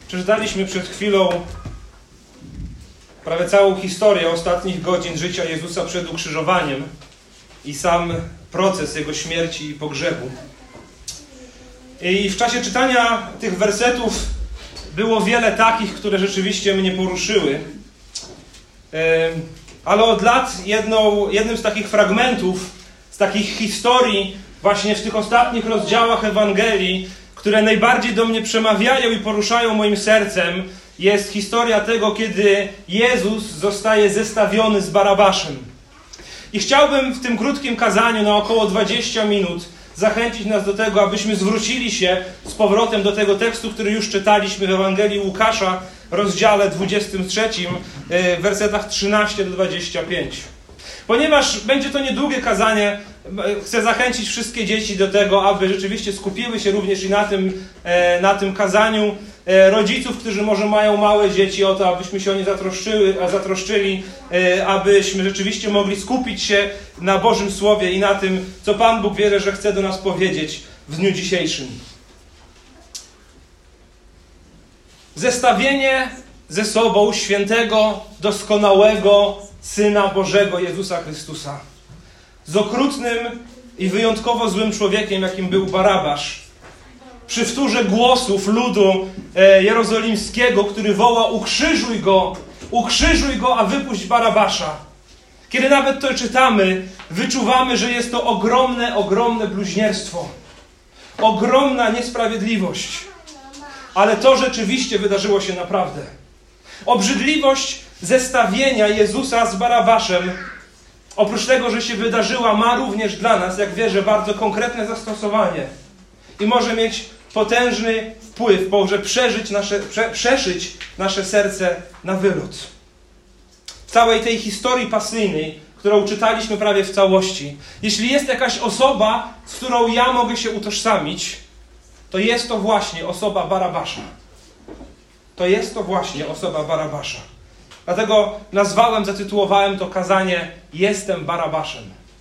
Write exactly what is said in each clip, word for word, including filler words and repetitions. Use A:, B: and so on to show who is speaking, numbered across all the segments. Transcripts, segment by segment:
A: Przeczytaliśmy przed chwilą prawie całą historię ostatnich godzin życia Jezusa przed ukrzyżowaniem i sam proces Jego śmierci i pogrzebu. I w czasie czytania tych wersetów było wiele takich, które rzeczywiście mnie poruszyły. Ale od lat jedną, jednym z takich fragmentów, z takich historii właśnie w tych ostatnich rozdziałach Ewangelii, które najbardziej do mnie przemawiają i poruszają moim sercem, jest historia tego, kiedy Jezus zostaje zestawiony z Barabaszem. I chciałbym w tym krótkim kazaniu na około dwadzieścia minut zachęcić nas do tego, abyśmy zwrócili się z powrotem do tego tekstu, który już czytaliśmy w Ewangelii Łukasza, rozdziale dwudziestym trzecim, w wersetach trzynaście do dwudziestu pięciu. Ponieważ będzie to niedługie kazanie, chcę zachęcić wszystkie dzieci do tego, aby rzeczywiście skupiły się również i na tym, na tym kazaniu. Rodziców, którzy może mają małe dzieci, o to, abyśmy się o nie zatroszczyły, zatroszczyli, abyśmy rzeczywiście mogli skupić się na Bożym Słowie i na tym, co Pan Bóg wierzę, że chce do nas powiedzieć w dniu dzisiejszym. Zestawienie ze sobą świętego, doskonałego Syna Bożego Jezusa Chrystusa z okrutnym i wyjątkowo złym człowiekiem, jakim był Barabasz. Przy wtórze głosów ludu e, jerozolimskiego, który woła: ukrzyżuj go, ukrzyżuj go, a wypuść Barabasza. Kiedy nawet to czytamy, wyczuwamy, że jest to ogromne, ogromne bluźnierstwo. Ogromna niesprawiedliwość. Ale to rzeczywiście wydarzyło się naprawdę. Obrzydliwość zestawienia Jezusa z Barabaszem, oprócz tego, że się wydarzyła, ma również dla nas, jak wierzę, bardzo konkretne zastosowanie. I może mieć potężny wpływ, może przeżyć nasze, prze, przeszyć nasze serce na wylot. W całej tej historii pasyjnej, którą czytaliśmy prawie w całości, jeśli jest jakaś osoba, z którą ja mogę się utożsamić, to jest to właśnie osoba Barabasza. To jest to właśnie osoba Barabasza. Dlatego nazwałem, zatytułowałem to kazanie Jestem Barabaszem.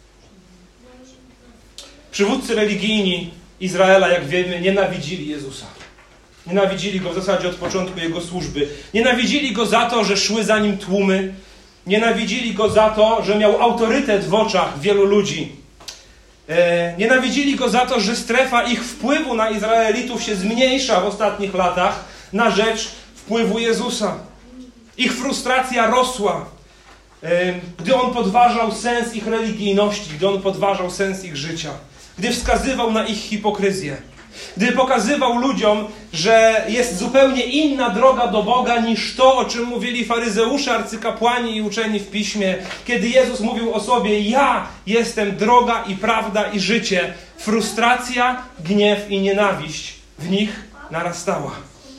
A: Przywódcy religijni Izraela, jak wiemy, nienawidzili Jezusa. Nienawidzili Go w zasadzie od początku Jego służby. Nienawidzili Go za to, że szły za Nim tłumy. Nienawidzili Go za to, że miał autorytet w oczach wielu ludzi. E, nienawidzili Go za to, że strefa ich wpływu na Izraelitów się zmniejsza w ostatnich latach na rzecz wpływu Jezusa. Ich frustracja rosła, e, gdy On podważał sens ich religijności, gdy On podważał sens ich życia. Gdy wskazywał na ich hipokryzję. Gdy pokazywał ludziom, że jest zupełnie inna droga do Boga niż to, o czym mówili faryzeusze, arcykapłani i uczeni w Piśmie. Kiedy Jezus mówił o sobie: ja jestem droga i prawda i życie. Frustracja, gniew i nienawiść w nich narastała.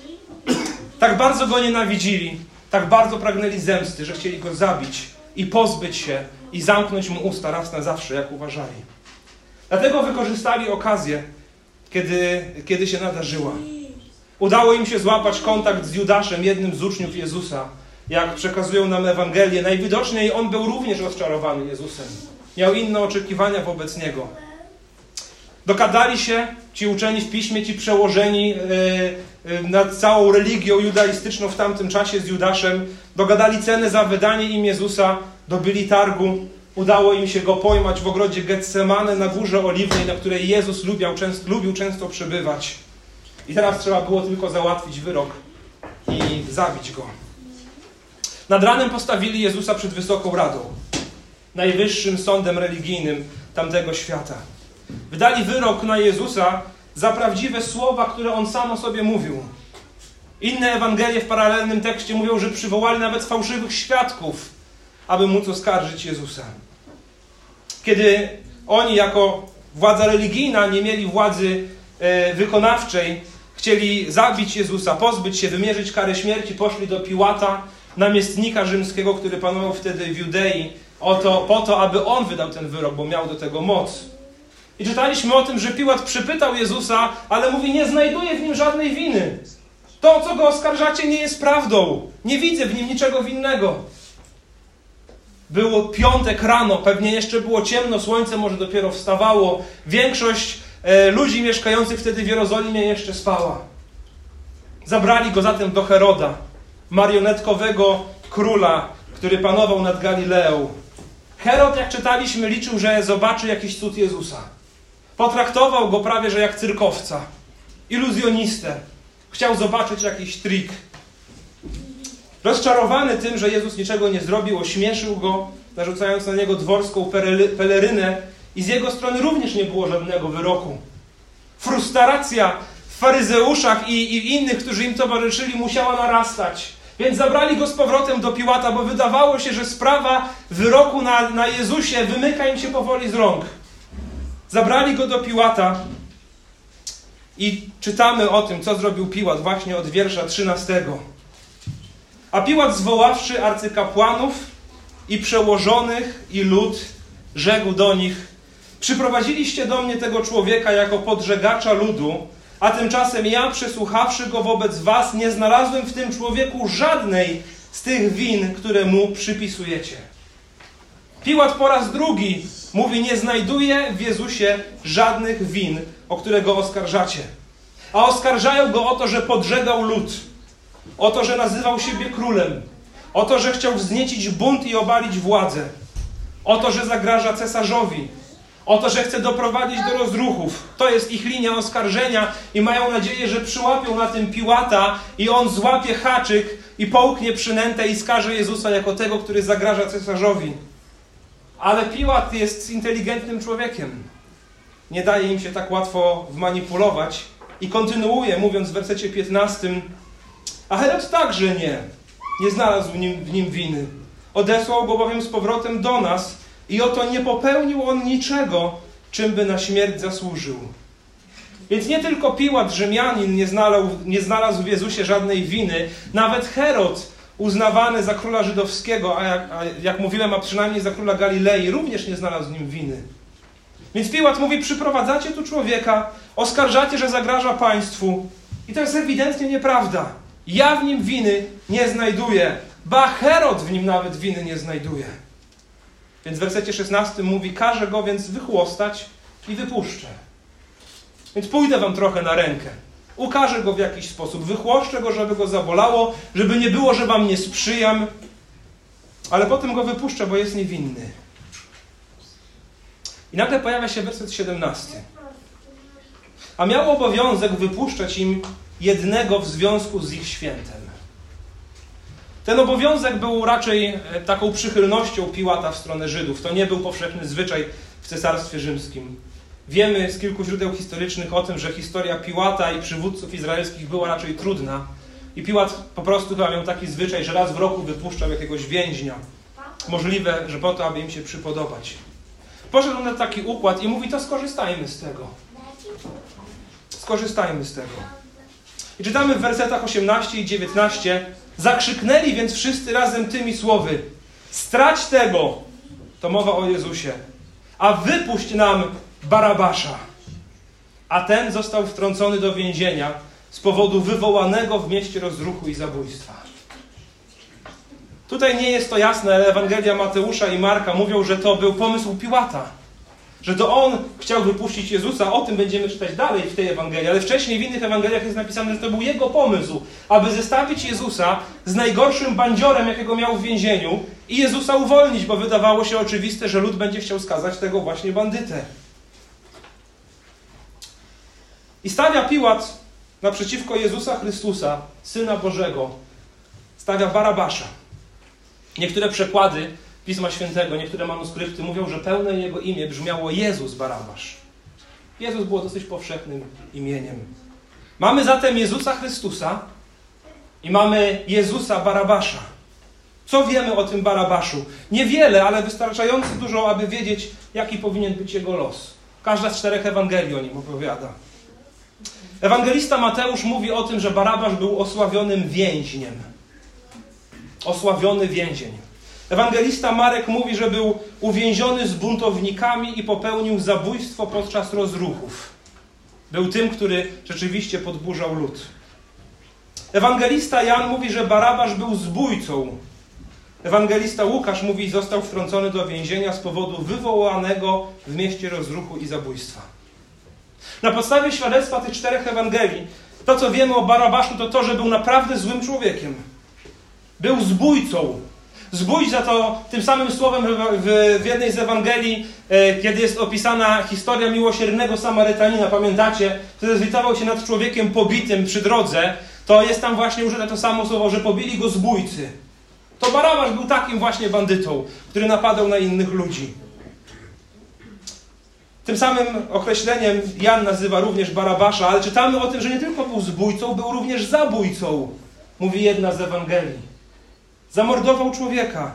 A: Tak bardzo Go nienawidzili, tak bardzo pragnęli zemsty, że chcieli Go zabić i pozbyć się i zamknąć Mu usta raz na zawsze, jak uważali. Dlatego wykorzystali okazję, kiedy, kiedy się nadarzyła. Udało im się złapać kontakt z Judaszem, jednym z uczniów Jezusa. Jak przekazują nam Ewangelię, najwidoczniej on był również rozczarowany Jezusem. Miał inne oczekiwania wobec Niego. Dogadali się ci uczeni w Piśmie, ci przełożeni yy, yy, nad całą religią judaistyczną w tamtym czasie z Judaszem. Dogadali cenę za wydanie im Jezusa, dobyli targu. Udało im się Go pojmać w ogrodzie Getsemane na Górze Oliwnej, na której Jezus lubiał, często, lubił często przebywać. I teraz trzeba było tylko załatwić wyrok i zabić Go. Nad ranem postawili Jezusa przed Wysoką Radą, najwyższym sądem religijnym tamtego świata. Wydali wyrok na Jezusa za prawdziwe słowa, które On sam o sobie mówił. Inne Ewangelie w paralelnym tekście mówią, że przywołali nawet fałszywych świadków, aby móc oskarżyć Jezusa. Kiedy oni jako władza religijna nie mieli władzy e, wykonawczej, chcieli zabić Jezusa, pozbyć się, wymierzyć karę śmierci, poszli do Piłata, namiestnika rzymskiego, który panował wtedy w Judei, o to, po to, aby on wydał ten wyrok, bo miał do tego moc. I czytaliśmy o tym, że Piłat przypytał Jezusa, ale mówi: nie znajduję w nim żadnej winy. To, co go oskarżacie, nie jest prawdą. Nie widzę w nim niczego winnego. Było piątek rano, pewnie jeszcze było ciemno, słońce może dopiero wstawało. Większość e, ludzi mieszkających wtedy w Jerozolimie jeszcze spała. Zabrali go zatem do Heroda, marionetkowego króla, który panował nad Galileą. Herod, jak czytaliśmy, liczył, że zobaczy jakiś cud Jezusa. Potraktował go prawie, że jak cyrkowca, iluzjonistę. Chciał zobaczyć jakiś trik. Rozczarowany tym, że Jezus niczego nie zrobił, ośmieszył go, narzucając na niego dworską pelerynę i z jego strony również nie było żadnego wyroku. Frustracja w faryzeuszach i, i innych, którzy im towarzyszyli, musiała narastać. Więc zabrali go z powrotem do Piłata, bo wydawało się, że sprawa wyroku na, na Jezusie wymyka im się powoli z rąk. Zabrali go do Piłata i czytamy o tym, co zrobił Piłat właśnie od wiersza trzynastego. A Piłat, zwoławszy arcykapłanów i przełożonych i lud, rzekł do nich: przyprowadziliście do mnie tego człowieka jako podżegacza ludu, a tymczasem ja, przesłuchawszy go wobec was, nie znalazłem w tym człowieku żadnej z tych win, które mu przypisujecie. Piłat po raz drugi mówi: nie znajduje w Jezusie żadnych win, o które go oskarżacie. A oskarżają go o to, że podżegał lud, o to, że nazywał siebie królem, o to, że chciał wzniecić bunt i obalić władzę, o to, że zagraża cesarzowi, o to, że chce doprowadzić do rozruchów. To jest ich linia oskarżenia i mają nadzieję, że przyłapią na tym Piłata i on złapie haczyk i połknie przynętę i skaże Jezusa jako tego, który zagraża cesarzowi. Ale Piłat jest inteligentnym człowiekiem. Nie daje im się tak łatwo wmanipulować i kontynuuje, mówiąc w wersecie piętnastym: a Herod także nie, nie znalazł w nim, w nim winy. Odesłał go bowiem z powrotem do nas i oto nie popełnił on niczego, czym by na śmierć zasłużył. Więc nie tylko Piłat, Rzymianin, nie znalazł, nie znalazł w Jezusie żadnej winy. Nawet Herod, uznawany za króla żydowskiego, a jak, a jak mówiłem, a przynajmniej za króla Galilei, również nie znalazł w nim winy. Więc Piłat mówi: przyprowadzacie tu człowieka, oskarżacie, że zagraża państwu. I to jest ewidentnie nieprawda. Ja w nim winy nie znajduję. Ba, Herod w nim nawet winy nie znajduje. Więc w wersecie szesnastym mówi: każę go więc wychłostać i wypuszczę. Więc pójdę wam trochę na rękę. Ukażę go w jakiś sposób. Wychłoszczę go, żeby go zabolało, żeby nie było, że wam nie sprzyjam. Ale potem go wypuszczę, bo jest niewinny. I nagle pojawia się werset siedemnasty. A miał obowiązek wypuszczać im jednego w związku z ich świętem. Ten obowiązek był raczej taką przychylnością Piłata w stronę Żydów. To nie był powszechny zwyczaj w Cesarstwie Rzymskim. Wiemy z kilku źródeł historycznych o tym, że historia Piłata i przywódców izraelskich była raczej trudna. I Piłat po prostu chyba miał taki zwyczaj, że raz w roku wypuszczał jakiegoś więźnia. Możliwe, że po to, aby im się przypodobać. Poszedł na taki układ i mówi: to skorzystajmy z tego. Skorzystajmy z tego. I czytamy w wersetach osiemnastym i dziewiętnastym: zakrzyknęli więc wszyscy razem tymi słowy: strać tego, to mowa o Jezusie, a wypuść nam Barabasza. A ten został wtrącony do więzienia z powodu wywołanego w mieście rozruchu i zabójstwa. Tutaj nie jest to jasne, ale Ewangelia Mateusza i Marka mówią, że to był pomysł Piłata. Że to on chciał wypuścić Jezusa. O tym będziemy czytać dalej w tej Ewangelii. Ale wcześniej w innych Ewangeliach jest napisane, że to był jego pomysł, aby zestawić Jezusa z najgorszym bandziorem, jakiego miał w więzieniu, i Jezusa uwolnić, bo wydawało się oczywiste, że lud będzie chciał skazać tego właśnie bandytę. I stawia Piłat naprzeciwko Jezusa Chrystusa, Syna Bożego, stawia Barabasza. Niektóre przekłady Pisma Świętego, niektóre manuskrypty mówią, że pełne jego imię brzmiało Jezus Barabasz. Jezus było dosyć powszechnym imieniem. Mamy zatem Jezusa Chrystusa i mamy Jezusa Barabasza. Co wiemy o tym Barabaszu? Niewiele, ale wystarczająco dużo, aby wiedzieć, jaki powinien być jego los. Każda z czterech Ewangelii o nim opowiada. Ewangelista Mateusz mówi o tym, że Barabasz był osławionym więźniem. Osławiony więzień. Ewangelista Marek mówi, że był uwięziony z buntownikami i popełnił zabójstwo podczas rozruchów. Był tym, który rzeczywiście podburzał lud. Ewangelista Jan mówi, że Barabasz był zbójcą. Ewangelista Łukasz mówi, że został wtrącony do więzienia z powodu wywołanego w mieście rozruchu i zabójstwa. Na podstawie świadectwa tych czterech Ewangelii To, co wiemy o Barabaszu, to to, że był naprawdę złym człowiekiem. Był zbójcą. Zbójca to tym samym słowem w, w jednej z Ewangelii, e, kiedy jest opisana historia miłosiernego Samarytanina, pamiętacie, który zlitował się nad człowiekiem pobitym przy drodze, to jest tam właśnie użyte to samo słowo, że pobili go zbójcy. To Barabasz był takim właśnie bandytą, który napadał na innych ludzi. Tym samym określeniem Jan nazywa również Barabasza, ale czytamy o tym, że nie tylko był zbójcą, był również zabójcą, mówi jedna z Ewangelii. Zamordował człowieka.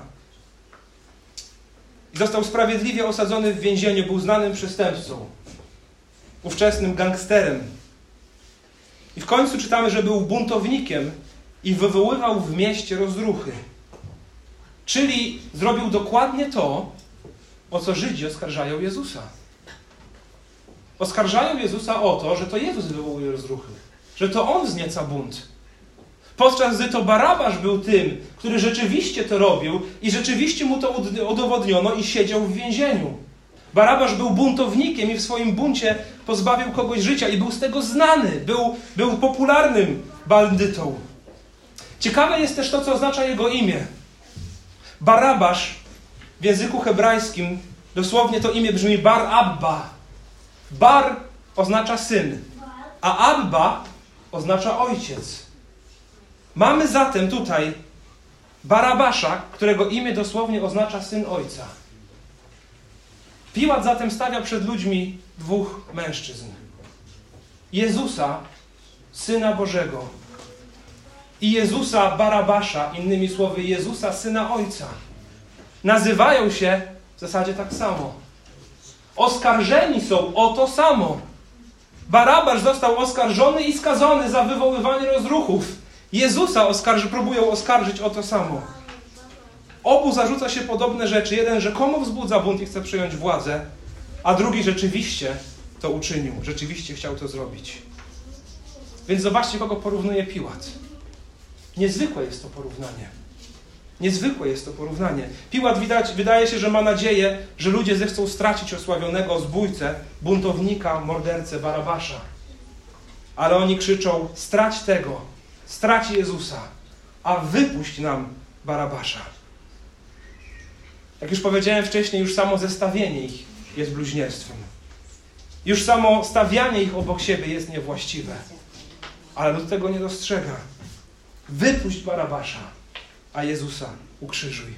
A: I został sprawiedliwie osadzony w więzieniu, był znanym przestępcą, ówczesnym gangsterem. I w końcu czytamy, że był buntownikiem i wywoływał w mieście rozruchy. Czyli zrobił dokładnie to, o co Żydzi oskarżają Jezusa. Oskarżają Jezusa o to, że to Jezus wywołuje rozruchy, że to On wznieca bunt. Podczas gdy to Barabasz był tym, który rzeczywiście to robił i rzeczywiście mu to udowodniono i siedział w więzieniu. Barabasz był buntownikiem i w swoim buncie pozbawił kogoś życia i był z tego znany, był, był popularnym bandytą. Ciekawe jest też to, co oznacza jego imię. Barabasz w języku hebrajskim dosłownie to imię brzmi Bar Abba. Bar oznacza syn, a Abba oznacza ojciec. Mamy zatem tutaj Barabasza, którego imię dosłownie oznacza syn ojca. Piłat zatem stawia przed ludźmi dwóch mężczyzn. Jezusa, Syna Bożego, i Jezusa Barabasza, innymi słowy Jezusa, Syna Ojca. Nazywają się w zasadzie tak samo. Oskarżeni są o to samo. Barabasz został oskarżony i skazany za wywoływanie rozruchów. Jezusa oskarży, próbują oskarżyć o to samo. Obu zarzuca się podobne rzeczy. Jeden rzekomo wzbudza bunt i chce przejąć władzę, a drugi rzeczywiście to uczynił. Rzeczywiście chciał to zrobić. Więc zobaczcie, kogo porównuje Piłat. Niezwykłe jest to porównanie. Niezwykłe jest to porównanie. Piłat widać, wydaje się, że ma nadzieję, że ludzie zechcą stracić osławionego zbójcę, buntownika, mordercę Barabasza. Ale oni krzyczą: strać tego, strać Jezusa, a wypuść nam Barabasza. Jak już powiedziałem wcześniej, już samo zestawienie ich jest bluźnierstwem. Już samo stawianie ich obok siebie jest niewłaściwe. Ale lud tego nie dostrzega. Wypuść Barabasza, a Jezusa ukrzyżuj.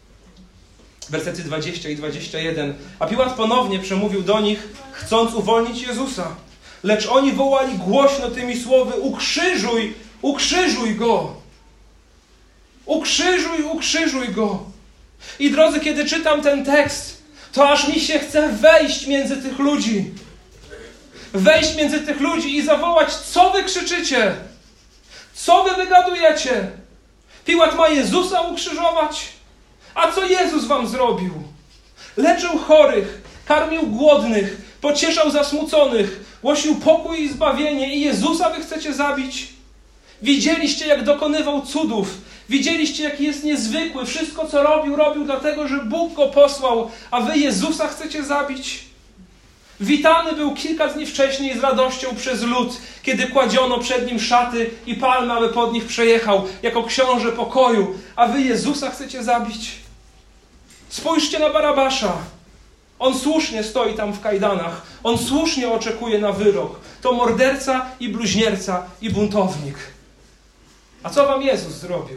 A: Wersety dwadzieścia i dwadzieścia jeden. A Piłat ponownie przemówił do nich, chcąc uwolnić Jezusa. Lecz oni wołali głośno tymi słowy: ukrzyżuj, ukrzyżuj Go! Ukrzyżuj, ukrzyżuj Go! I drodzy, kiedy czytam ten tekst, to aż mi się chce wejść między tych ludzi. Wejść między tych ludzi i zawołać: co wy krzyczycie? Co wy wygadujecie? Piłat ma Jezusa ukrzyżować? A co Jezus wam zrobił? Leczył chorych, karmił głodnych, pocieszał zasmuconych, głosił pokój i zbawienie, i Jezusa wy chcecie zabić? Widzieliście, jak dokonywał cudów. Widzieliście, jaki jest niezwykły. Wszystko, co robił, robił dlatego, że Bóg go posłał, a wy Jezusa chcecie zabić? Witany był kilka dni wcześniej z radością przez lud, kiedy kładziono przed nim szaty i palmy, aby pod nich przejechał, jako książę pokoju, a wy Jezusa chcecie zabić? Spójrzcie na Barabasza. On słusznie stoi tam w kajdanach. On słusznie oczekuje na wyrok. To morderca i bluźnierca i buntownik. A co wam Jezus zrobił?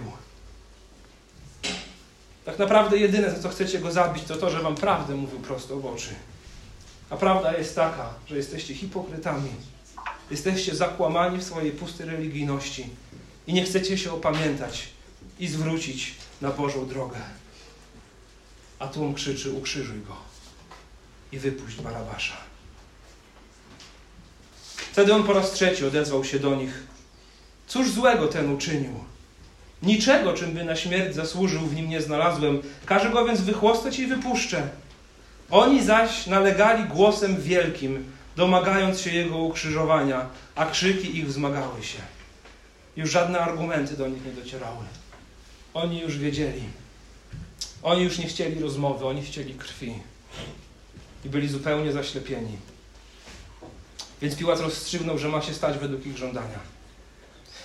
A: Tak naprawdę jedyne, za co chcecie go zabić, to to, że wam prawdę mówił prosto w oczy. A prawda jest taka, że jesteście hipokrytami. Jesteście zakłamani w swojej pustej religijności i nie chcecie się opamiętać i zwrócić na Bożą drogę. A tłum krzyczy: ukrzyżuj go i wypuść Barabasza. Wtedy on po raz trzeci odezwał się do nich: cóż złego ten uczynił? Niczego, czym by na śmierć zasłużył, w nim nie znalazłem. Każę go więc wychłostać i wypuszczę. Oni zaś nalegali głosem wielkim, domagając się jego ukrzyżowania, a krzyki ich wzmagały się. Już żadne argumenty do nich nie docierały. Oni już wiedzieli. Oni już nie chcieli rozmowy, oni chcieli krwi. I byli zupełnie zaślepieni. Więc Piłat rozstrzygnął, że ma się stać według ich żądania.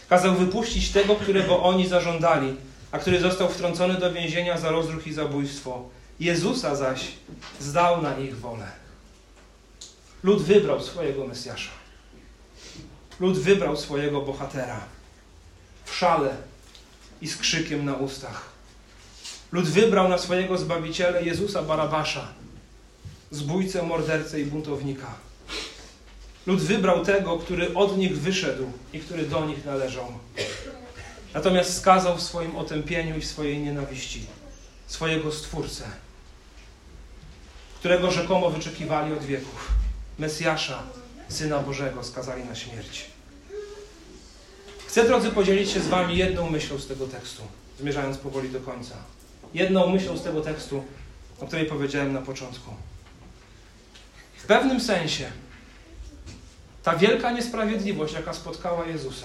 A: Kazał wypuścić tego, którego oni zażądali, a który został wtrącony do więzienia za rozruch i zabójstwo. Jezusa zaś zdał na ich wolę. Lud wybrał swojego Mesjasza. Lud wybrał swojego bohatera. W szale i z krzykiem na ustach. Lud wybrał na swojego Zbawiciela Jezusa Barabasza, zbójcę, mordercę i buntownika. Lud wybrał tego, który od nich wyszedł i który do nich należał. Natomiast skazał w swoim otępieniu i w swojej nienawiści swojego Stwórcę, którego rzekomo wyczekiwali od wieków. Mesjasza, Syna Bożego, skazali na śmierć. Chcę, drodzy, podzielić się z wami jedną myślą z tego tekstu, zmierzając powoli do końca. Jedną myślą z tego tekstu, o której powiedziałem na początku. W pewnym sensie ta wielka niesprawiedliwość, jaka spotkała Jezusa,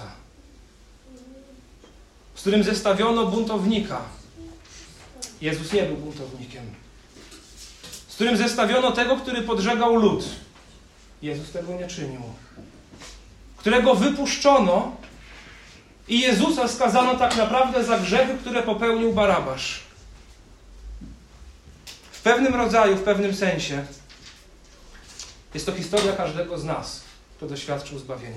A: z którym zestawiono buntownika. Jezus nie był buntownikiem. Z którym zestawiono tego, który podżegał lud. Jezus tego nie czynił. Którego wypuszczono i Jezusa skazano tak naprawdę za grzechy, które popełnił Barabasz. W pewnym rodzaju, w pewnym sensie jest to historia każdego z nas, kto doświadczył zbawienia.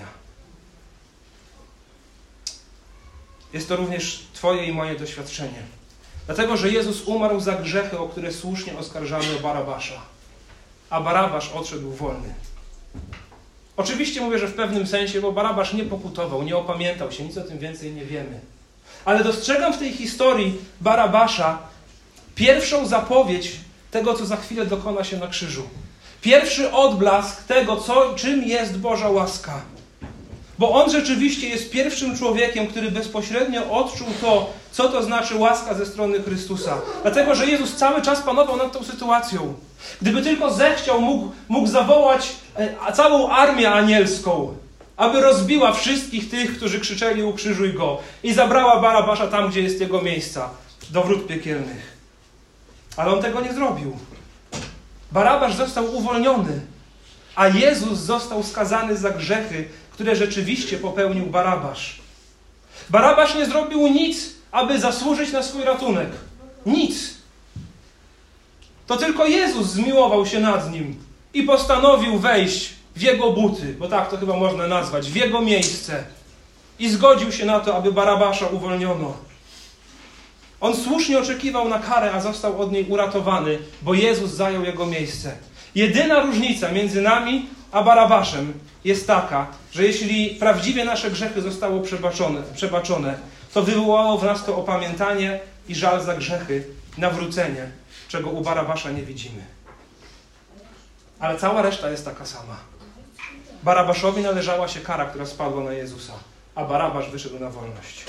A: Jest to również twoje i moje doświadczenie. Dlatego, że Jezus umarł za grzechy, o które słusznie oskarżano Barabasza. A Barabasz odszedł wolny. Oczywiście mówię, że w pewnym sensie, bo Barabasz nie pokutował, nie opamiętał się, nic o tym więcej nie wiemy. Ale dostrzegam w tej historii Barabasza pierwszą zapowiedź tego, co za chwilę dokona się na krzyżu. Pierwszy odblask tego, co, czym jest Boża łaska. Bo on rzeczywiście jest pierwszym człowiekiem, który bezpośrednio odczuł to, co to znaczy łaska ze strony Chrystusa. Dlatego, że Jezus cały czas panował nad tą sytuacją. Gdyby tylko zechciał, mógł, mógł zawołać e, całą armię anielską, aby rozbiła wszystkich tych, którzy krzyczeli ukrzyżuj go i zabrała Barabasza tam, gdzie jest jego miejsca, do wrót piekielnych. Ale on tego nie zrobił. Barabasz został uwolniony, a Jezus został skazany za grzechy, które rzeczywiście popełnił Barabasz. Barabasz nie zrobił nic, aby zasłużyć na swój ratunek. Nic. To tylko Jezus zmiłował się nad nim i postanowił wejść w jego buty, bo tak to chyba można nazwać, w jego miejsce. I zgodził się na to, aby Barabasza uwolniono. On słusznie oczekiwał na karę, a został od niej uratowany, bo Jezus zajął jego miejsce. Jedyna różnica między nami a Barabaszem jest taka, że jeśli prawdziwie nasze grzechy zostały przebaczone, przebaczone, to wywołało w nas to opamiętanie i żal za grzechy, nawrócenie, czego u Barabasza nie widzimy. Ale cała reszta jest taka sama. Barabaszowi należała się kara, która spadła na Jezusa, a Barabasz wyszedł na wolność.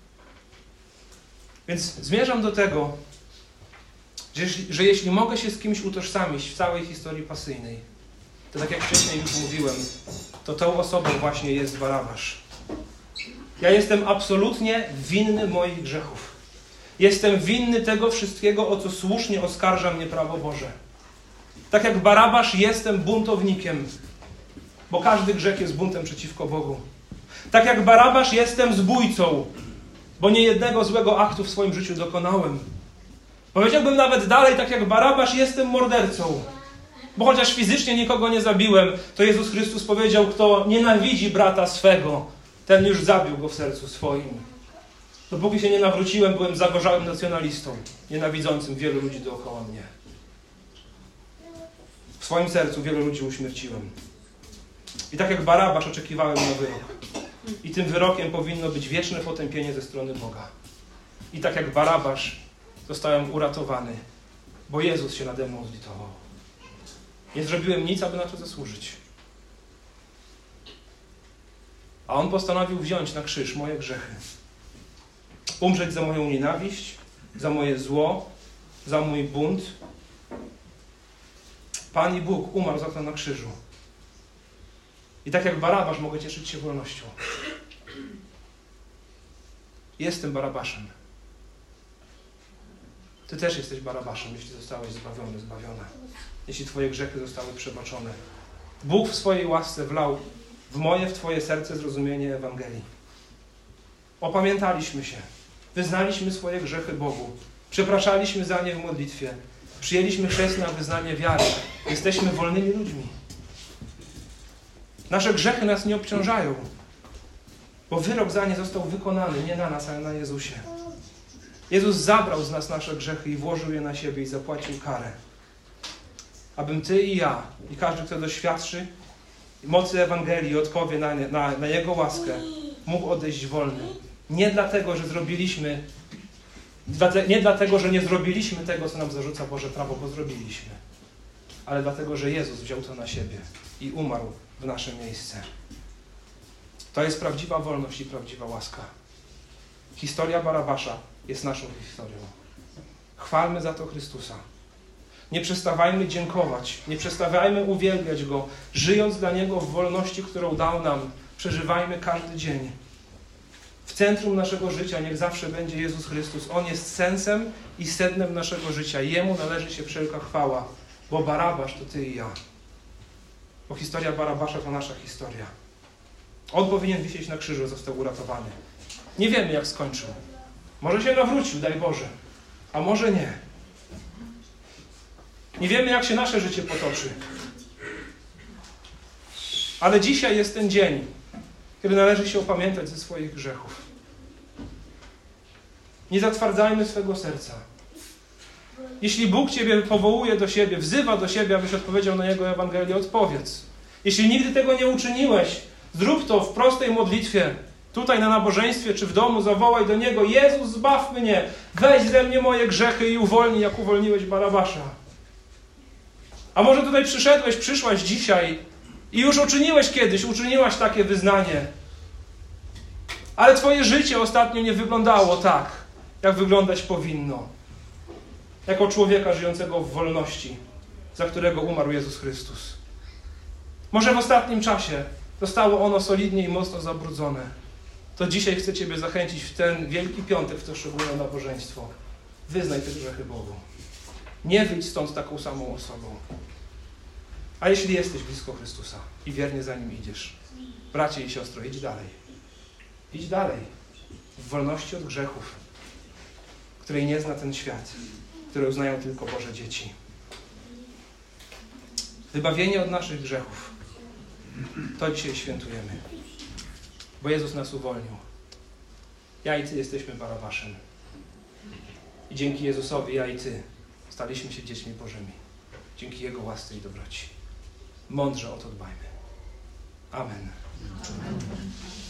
A: Więc zmierzam do tego, że jeśli, że jeśli mogę się z kimś utożsamić w całej historii pasyjnej, to tak jak wcześniej już mówiłem, to tą osobą właśnie jest Barabasz. Ja jestem absolutnie winny moich grzechów. Jestem winny tego wszystkiego, o co słusznie oskarża mnie prawo Boże. Tak jak Barabasz jestem buntownikiem, bo każdy grzech jest buntem przeciwko Bogu. Tak jak Barabasz jestem zbójcą, bo nie jednego złego aktu w swoim życiu dokonałem. Powiedziałbym nawet dalej, tak jak Barabasz jestem mordercą. Bo chociaż fizycznie nikogo nie zabiłem, to Jezus Chrystus powiedział, kto nienawidzi brata swego, ten już zabił go w sercu swoim. Dopóki się nie nawróciłem, byłem zagorzałym nacjonalistą, nienawidzącym wielu ludzi dookoła mnie. W swoim sercu wielu ludzi uśmierciłem. I tak jak Barabasz oczekiwałem na wyrok. I tym wyrokiem powinno być wieczne potępienie ze strony Boga. I tak jak Barabasz zostałem uratowany, bo Jezus się nade mną zlitował. Nie zrobiłem nic, aby na to zasłużyć. A On postanowił wziąć na krzyż moje grzechy. Umrzeć za moją nienawiść, za moje zło, za mój bunt. Pan i Bóg umarł za to na krzyżu. I tak jak Barabasz mogę cieszyć się wolnością. Jestem Barabaszem. Ty też jesteś Barabaszem, jeśli zostałeś zbawiony, zbawiona. Jeśli twoje grzechy zostały przebaczone. Bóg w swojej łasce wlał w moje, w twoje serce zrozumienie Ewangelii. Opamiętaliśmy się. Wyznaliśmy swoje grzechy Bogu. Przepraszaliśmy za nie w modlitwie. Przyjęliśmy chrzest na wyznanie wiary. Jesteśmy wolnymi ludźmi. Nasze grzechy nas nie obciążają, bo wyrok za nie został wykonany nie na nas, ale na Jezusie. Jezus zabrał z nas nasze grzechy i włożył je na siebie i zapłacił karę. Abym ty i ja, i każdy, kto doświadczy mocy Ewangelii i odpowie na, nie, na, na Jego łaskę, mógł odejść wolny. Nie dlatego, że zrobiliśmy, nie dlatego, że nie zrobiliśmy tego, co nam zarzuca Boże prawo, bo zrobiliśmy, ale dlatego, że Jezus wziął to na siebie i umarł w nasze miejsce. To jest prawdziwa wolność i prawdziwa łaska. Historia Barabasza jest naszą historią. Chwalmy za to Chrystusa. Nie przestawajmy dziękować, nie przestawajmy uwielbiać Go, żyjąc dla Niego w wolności, którą dał nam. Przeżywajmy każdy dzień. W centrum naszego życia niech zawsze będzie Jezus Chrystus. On jest sensem i sednem naszego życia. Jemu należy się wszelka chwała, bo Barabasz to ty i ja. Bo historia Barabasza to nasza historia. On powinien wisieć na krzyżu, został uratowany. Nie wiemy, jak skończył. Może się nawrócił, daj Boże, a może nie. Nie wiemy, jak się nasze życie potoczy. Ale dzisiaj jest ten dzień, kiedy należy się opamiętać ze swoich grzechów. Nie zatwardzajmy swego serca. Jeśli Bóg ciebie powołuje do siebie, wzywa do siebie, abyś odpowiedział na Jego Ewangelię, odpowiedz. Jeśli nigdy tego nie uczyniłeś, zrób to w prostej modlitwie. Tutaj na nabożeństwie czy w domu zawołaj do Niego: Jezus, zbaw mnie, weź ze mnie moje grzechy i uwolnij, jak uwolniłeś Barabasza. A może tutaj przyszedłeś, przyszłaś dzisiaj i już uczyniłeś kiedyś, uczyniłaś takie wyznanie. Ale twoje życie ostatnio nie wyglądało tak, jak wyglądać powinno. Jako człowieka żyjącego w wolności, za którego umarł Jezus Chrystus. Może w ostatnim czasie zostało ono solidnie i mocno zabrudzone. To dzisiaj chcę ciebie zachęcić w ten Wielki Piątek, w to szczególne nabożeństwo. Wyznaj te grzechy Bogu. Nie wyjdź stąd taką samą osobą. A jeśli jesteś blisko Chrystusa i wiernie za Nim idziesz, bracie i siostro, idź dalej. Idź dalej. W wolności od grzechów, której nie zna ten świat, które uznają tylko Boże dzieci. Wybawienie od naszych grzechów. To dzisiaj świętujemy. Bo Jezus nas uwolnił. Ja i Ty jesteśmy Barabaszem. I dzięki Jezusowi ja i Ty staliśmy się dziećmi Bożymi. Dzięki Jego łasce i dobroci. Mądrze o to dbajmy. Amen. Amen.